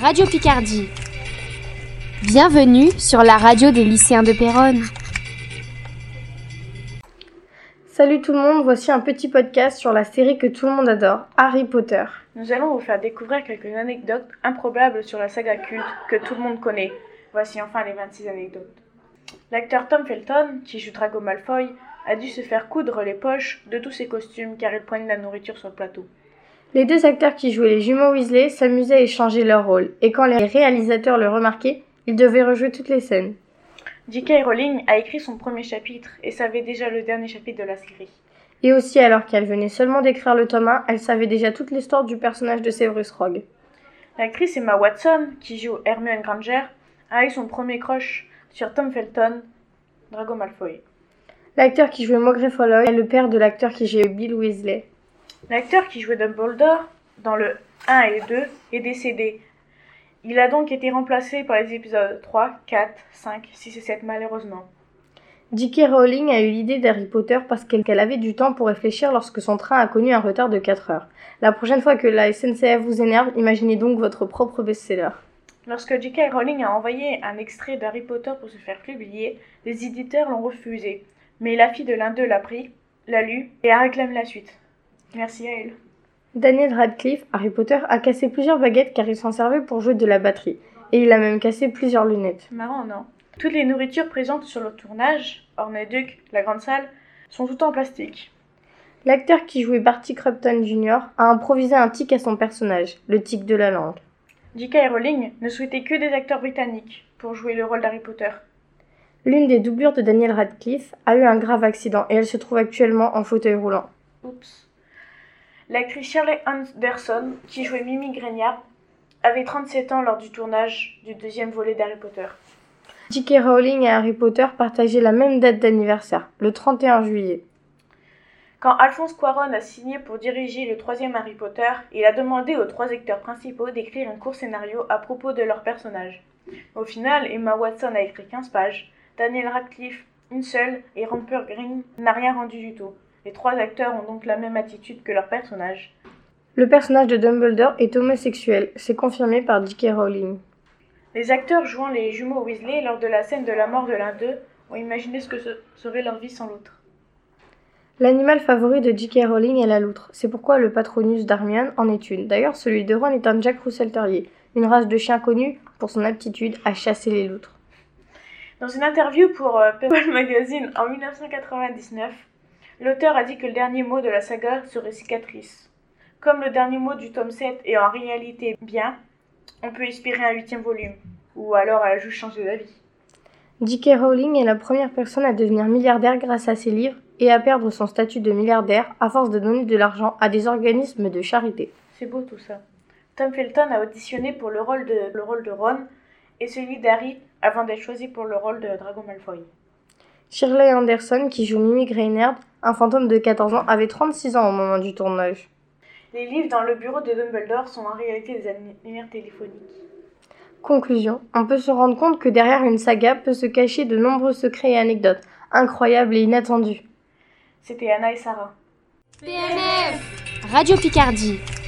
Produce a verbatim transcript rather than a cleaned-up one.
Radio Picardie. Bienvenue sur la radio des lycéens de Péronne. Salut tout le monde, voici un petit podcast sur la série que tout le monde adore, Harry Potter. Nous allons vous faire découvrir quelques anecdotes improbables sur la saga culte que tout le monde connaît. Voici enfin les vingt-six anecdotes. L'acteur Tom Felton, qui joue Draco Malfoy, a dû se faire coudre les poches de tous ses costumes car il prenait de la nourriture sur le plateau. Les deux acteurs qui jouaient les jumeaux Weasley s'amusaient à échanger leurs rôles, et quand les réalisateurs le remarquaient, ils devaient rejouer toutes les scènes. J K Rowling a écrit son premier chapitre et savait déjà le dernier chapitre de la série. Et aussi, alors qu'elle venait seulement d'écrire le tome un, elle savait déjà toute l'histoire du personnage de Severus Rogue. L'actrice Emma Watson, qui joue Hermione Granger, a eu son premier crush sur Tom Felton, Draco Malfoy. L'acteur qui jouait Maugrey Folloy est le père de l'acteur qui jouait Bill Weasley. L'acteur qui jouait Dumbledore dans le un et le deux est décédé. Il a donc été remplacé par les épisodes trois, quatre, cinq, six et sept malheureusement. J K Rowling a eu l'idée d'Harry Potter parce qu'elle avait du temps pour réfléchir lorsque son train a connu un retard de quatre heures. La prochaine fois que la S N C F vous énerve, imaginez donc votre propre best-seller. Lorsque J K Rowling a envoyé un extrait d'Harry Potter pour se faire publier, les éditeurs l'ont refusé. Mais la fille de l'un d'eux l'a pris, l'a lu et a réclamé la suite. Merci à elle. Daniel Radcliffe, Harry Potter, a cassé plusieurs baguettes car il s'en servait pour jouer de la batterie. Et il a même cassé plusieurs lunettes. Marrant, non? Toutes les nourritures présentes sur le tournage, Horneduk, la grande salle, sont toutes en plastique. L'acteur qui jouait Barty Croughton junior a improvisé un tic à son personnage, le tic de la langue. J K Rowling ne souhaitait que des acteurs britanniques pour jouer le rôle d'Harry Potter. L'une des doublures de Daniel Radcliffe a eu un grave accident et elle se trouve actuellement en fauteuil roulant. Oups. L'actrice Shirley Anderson, qui jouait Mimi Graignard, avait trente-sept ans lors du tournage du deuxième volet d'Harry Potter. J K Rowling et Harry Potter partageaient la même date d'anniversaire, le trente et un juillet. Quand Alphonse Cuarón a signé pour diriger le troisième Harry Potter, il a demandé aux trois acteurs principaux d'écrire un court scénario à propos de leurs personnages. Au final, Emma Watson a écrit quinze pages, Daniel Radcliffe une seule et Rupert Grint n'a rien rendu du tout. Les trois acteurs ont donc la même attitude que leurs personnages. Le personnage de Dumbledore est homosexuel, c'est confirmé par J K Rowling. Les acteurs jouant les jumeaux Weasley lors de la scène de la mort de l'un d'eux ont imaginé ce que serait leur vie sans l'autre. L'animal favori de J K Rowling est la loutre, c'est pourquoi le Patronus d'Hermione en est une. D'ailleurs, celui de Ron est un Jack Russell Terrier, une race de chien connue pour son aptitude à chasser les loutres. Dans une interview pour euh, People Magazine en dix-neuf cent quatre-vingt-dix-neuf, l'auteur a dit que le dernier mot de la saga serait cicatrice. Comme le dernier mot du tome sept est en réalité bien, on peut espérer un huitième volume, ou alors elle a juste changé d'avis. J K Rowling est la première personne à devenir milliardaire grâce à ses livres et à perdre son statut de milliardaire à force de donner de l'argent à des organismes de charité. C'est beau tout ça. Tom Felton a auditionné pour le rôle de, le rôle de Ron et celui d'Harry avant d'être choisi pour le rôle de Draco Malfoy. Shirley Anderson, qui joue Mimi Graignard, un fantôme de quatorze ans, avait trente-six ans au moment du tournage. Les livres dans le bureau de Dumbledore sont en réalité des annuaires téléphoniques. Conclusion, on peut se rendre compte que derrière une saga peut se cacher de nombreux secrets et anecdotes, incroyables et inattendus. C'était Anna et Sarah. P N F Radio Picardie.